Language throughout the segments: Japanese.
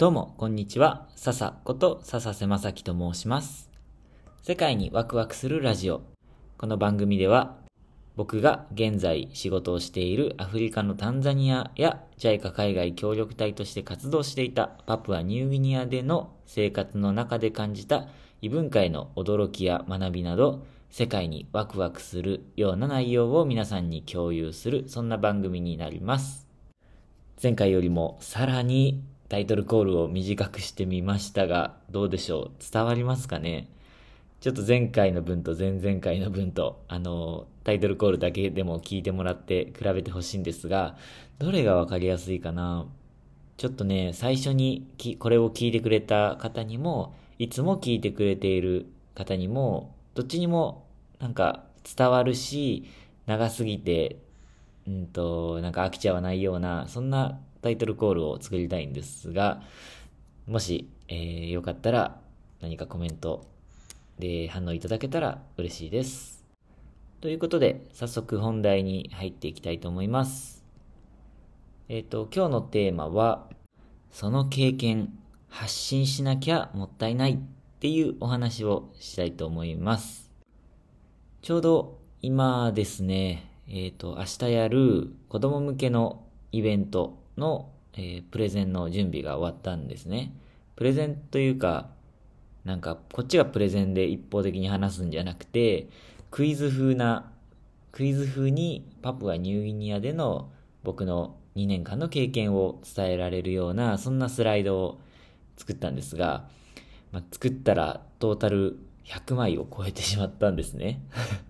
どうも、こんにちは。笹こと笹瀬正樹と申します。世界にワクワクするラジオ。この番組では、僕が現在仕事をしているアフリカのタンザニアや JICA 海外協力隊として活動していたパプアニューギニアでの生活の中で感じた異文化への驚きや学びなど、世界にワクワクするような内容を皆さんに共有する、そんな番組になります。前回よりもさらにタイトルコールを短くしてみましたが、どうでしょう？伝わりますかね？ちょっと前回の分と前々回の分と、タイトルコールだけでも聞いてもらって比べてほしいんですが、どれがわかりやすいかな？ちょっとね、最初にこれを聞いてくれた方にも、いつも聞いてくれている方にも、どっちにもなんか伝わるし、長すぎて、なんか飽きちゃわないような、そんなタイトルコールを作りたいんですが、もし、よかったら何かコメントで反応いただけたら嬉しいです。ということで、早速本題に入っていきたいと思います。今日のテーマは、その経験、発信しなきゃもったいないっていうお話をしたいと思います。ちょうど今ですね、明日やる子供向けのイベントの、プレゼンの準備が終わったんですね。プレゼンというか、なんかこっちがプレゼンで一方的に話すんじゃなくて、クイズ風にパプアニューギニアでの僕の2年間の経験を伝えられるような、そんなスライドを作ったんですが、作ったらトータル100枚を超えてしまったんですね。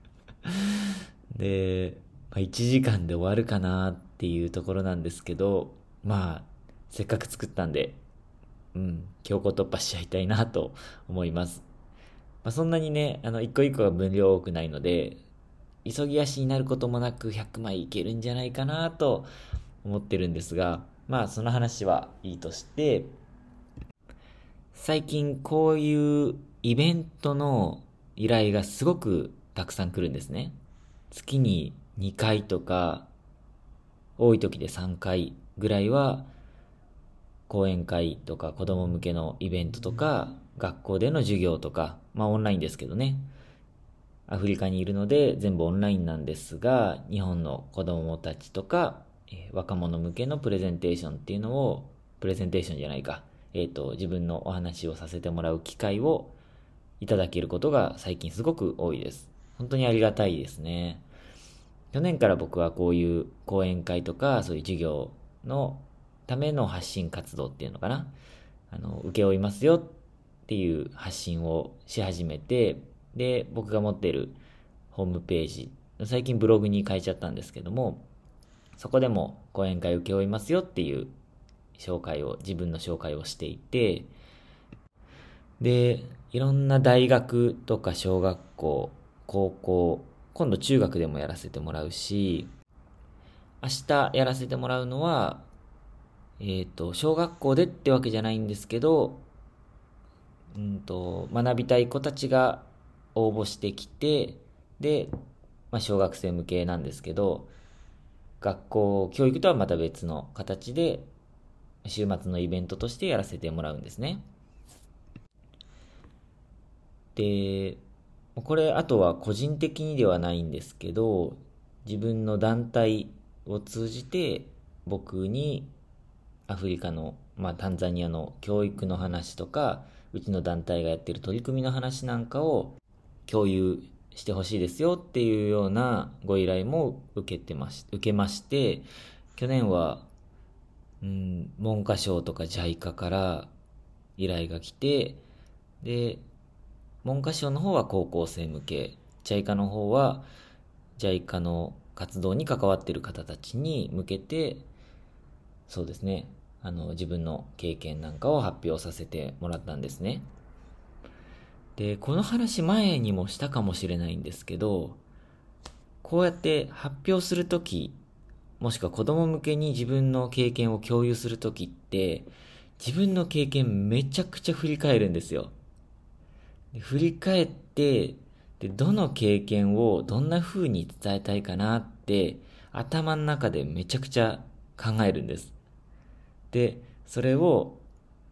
で、1時間で終わるかなっていうところなんですけど、せっかく作ったんで、強行突破しちゃいたいなと思います。そんなにね、一個一個が分量多くないので、急ぎ足になることもなく100枚いけるんじゃないかなと思ってるんですが、その話はいいとして、最近こういうイベントの依頼がすごくたくさん来るんですね。月に2回とか、多い時で3回ぐらいは、講演会とか子供向けのイベントとか、学校での授業とか、オンラインですけどね。アフリカにいるので全部オンラインなんですが、日本の子供たちとか、若者向けのプレゼンテーションっていうのを、プレゼンテーションじゃないか、自分のお話をさせてもらう機会をいただけることが最近すごく多いです。本当にありがたいですね。去年から僕はこういう講演会とか、そういう授業のための発信活動っていうのかな。請け負いますよっていう発信をし始めて、で、僕が持っているホームページ、最近ブログに変えちゃったんですけども、そこでも講演会請け負いますよっていう自分の紹介をしていて、で、いろんな大学とか小学校、高校、今度中学でもやらせてもらうし、明日やらせてもらうのは、小学校でってわけじゃないんですけど、学びたい子たちが応募してきて、で、小学生向けなんですけど、学校教育とはまた別の形で、週末のイベントとしてやらせてもらうんですね。で、これあとは個人的にではないんですけど、自分の団体を通じて僕にアフリカの、タンザニアの教育の話とか、うちの団体がやっている取り組みの話なんかを共有してほしいですよっていうようなご依頼も受けまして、去年は、文科省とか JICA から依頼が来て、で、文科省の方は高校生向け、JICA の方は JICA の活動に関わっている方たちに向けて、そうですね、自分の経験なんかを発表させてもらったんですね。で、この話前にもしたかもしれないんですけど、こうやって発表するとき、もしくは子供向けに自分の経験を共有するときって、自分の経験めちゃくちゃ振り返るんですよ。で振り返って、で、どの経験をどんな風に伝えたいかなって、頭の中でめちゃくちゃ考えるんです。で、それを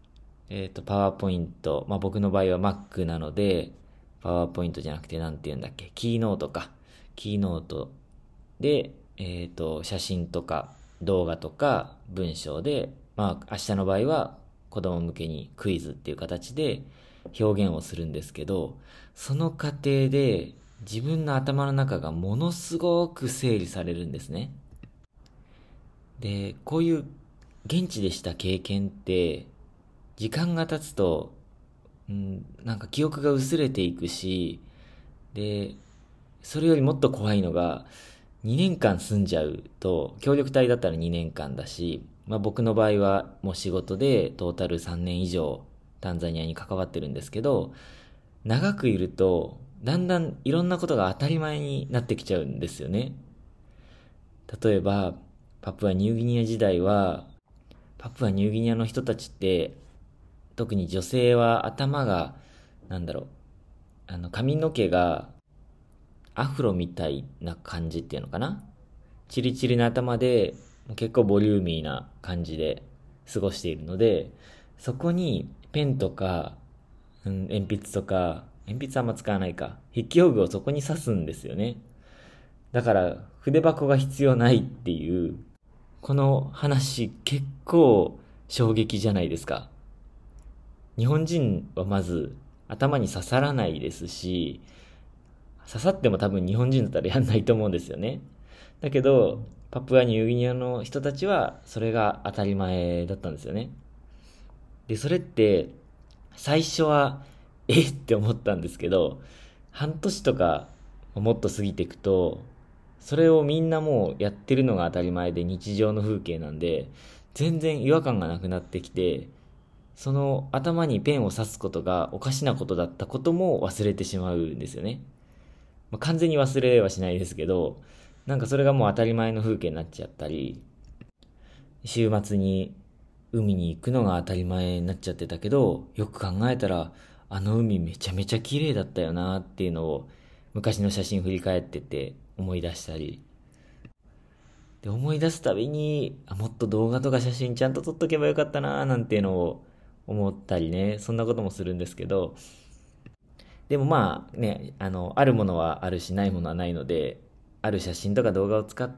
パワーポイント、僕の場合は Mac なので、パワーポイントじゃなくてなんて言うんだっけ、キーノートか。キーノートで、写真とか動画とか文章で、明日の場合は子供向けにクイズっていう形で表現をするんですけど、その過程で自分の頭の中がものすごく整理されるんですね。で、こういう現地でした経験って時間が経つと、なんか記憶が薄れていくし、で、それよりもっと怖いのが、2年間住んじゃうと、協力隊だったら2年間だし、僕の場合はもう仕事でトータル3年以上タンザニアに関わってるんですけど、長くいると、だんだんいろんなことが当たり前になってきちゃうんですよね。例えば、パプアニューギニア時代は、パプアニューギニアの人たちって、特に女性は頭が、なんだろう、髪の毛がアフロみたいな感じっていうのかな。チリチリな頭で、結構ボリューミーな感じで過ごしているので、そこにペンとか、鉛筆とか、鉛筆あんま使わないか。筆記用具をそこに刺すんですよね。だから筆箱が必要ないっていう、この話結構衝撃じゃないですか。日本人はまず頭に刺さらないですし、刺さっても多分日本人だったらやんないと思うんですよね。だけど、パプアニューギニアの人たちはそれが当たり前だったんですよね。で、それって最初はって思ったんですけど、半年とかもっと過ぎていくと、それをみんなもうやってるのが当たり前で日常の風景なんで、全然違和感がなくなってきて、その頭にペンを刺すことがおかしなことだったことも忘れてしまうんですよね。完全に忘れはしないですけど、なんかそれがもう当たり前の風景になっちゃったり、週末に海に行くのが当たり前になっちゃってたけど、よく考えたら、あの海めちゃめちゃ綺麗だったよなっていうのを、昔の写真振り返ってて思い出したり。で、思い出すたびに、もっと動画とか写真ちゃんと撮っとけばよかったななんていうのを思ったりね、そんなこともするんですけど、でもあるものはあるし、ないものはないので、ある写真とか動画を使って、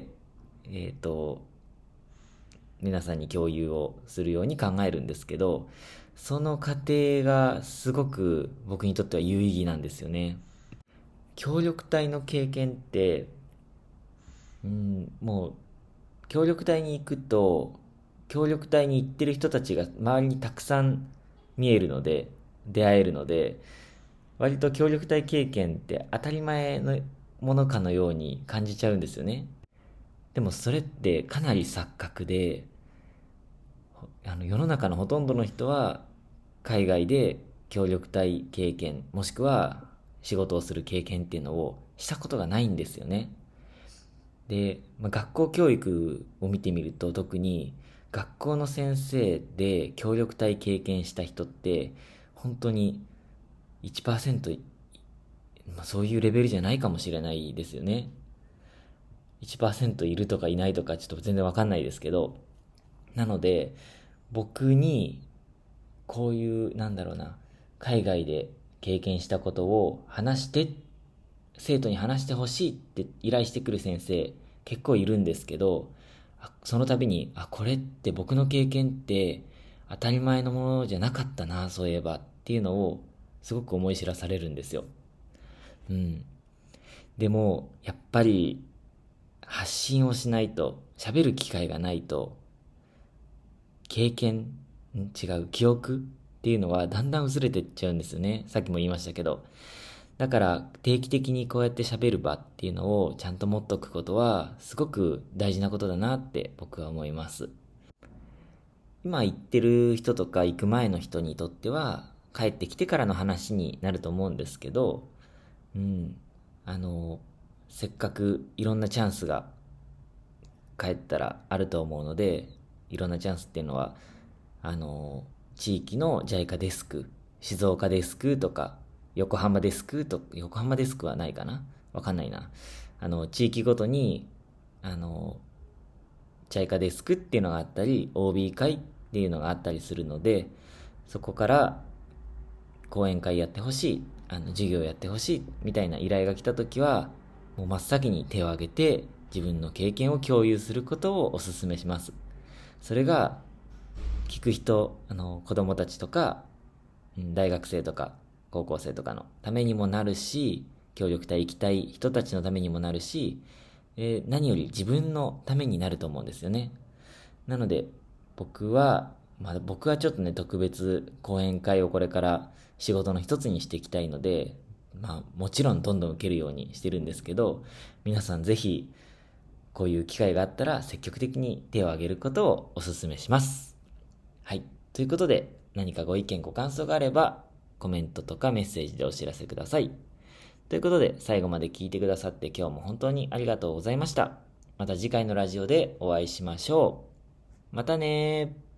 えっと、皆さんに共有をするように考えるんですけど、その過程がすごく僕にとっては有意義なんですよね。協力隊の経験って、もう、協力隊に行くと、協力隊に行ってる人たちが周りにたくさん見えるので、出会えるので、割と協力隊経験って当たり前のものかのように感じちゃうんですよね。でもそれってかなり錯覚で、世の中のほとんどの人は海外で協力隊経験、もしくは仕事をする経験っていうのをしたことがないんですよね。で、学校教育を見てみると特に学校の先生で協力隊経験した人って本当に1%、そういうレベルじゃないかもしれないですよね。1%いるとかいないとかちょっと全然わかんないですけど、なので僕にこういう海外で経験したことを生徒に話してほしいって依頼してくる先生結構いるんですけど、その度にこれって僕の経験って当たり前のものじゃなかったな、そういえばっていうのをすごく思い知らされるんですよ。うん。でもやっぱり発信をしないと、喋る機会がないと、経験、違う、記憶っていうのはだんだん薄れていっちゃうんですよね。さっきも言いましたけど。だから定期的にこうやって喋る場っていうのをちゃんと持っとくことはすごく大事なことだなって僕は思います。今行ってる人とか行く前の人にとっては帰ってきてからの話になると思うんですけど、うん、せっかくいろんなチャンスが帰ったらあると思うので、いろんなチャンスっていうのは、地域の JICA デスク、静岡デスクとか、横浜デスクはないかなわかんないな。地域ごとに、JICA デスクっていうのがあったり、OB 会っていうのがあったりするので、 そこから講演会やってほしい、授業やってほしいみたいな依頼が来た時は、もう真っ先に手を挙げて自分の経験を共有することをお勧めします。それが聞く人、子供たちとか、大学生とか高校生とかのためにもなるし、協力隊行きたい人たちのためにもなるし、何より自分のためになると思うんですよね。なので僕はちょっとね、特別講演会をこれから仕事の一つにしていきたいので、もちろんどんどん受けるようにしてるんですけど、皆さんぜひこういう機会があったら積極的に手を挙げることをお勧めします。はい。ということで、何かご意見ご感想があればコメントとかメッセージでお知らせください。ということで、最後まで聞いてくださって今日も本当にありがとうございました。また次回のラジオでお会いしましょう。またねー。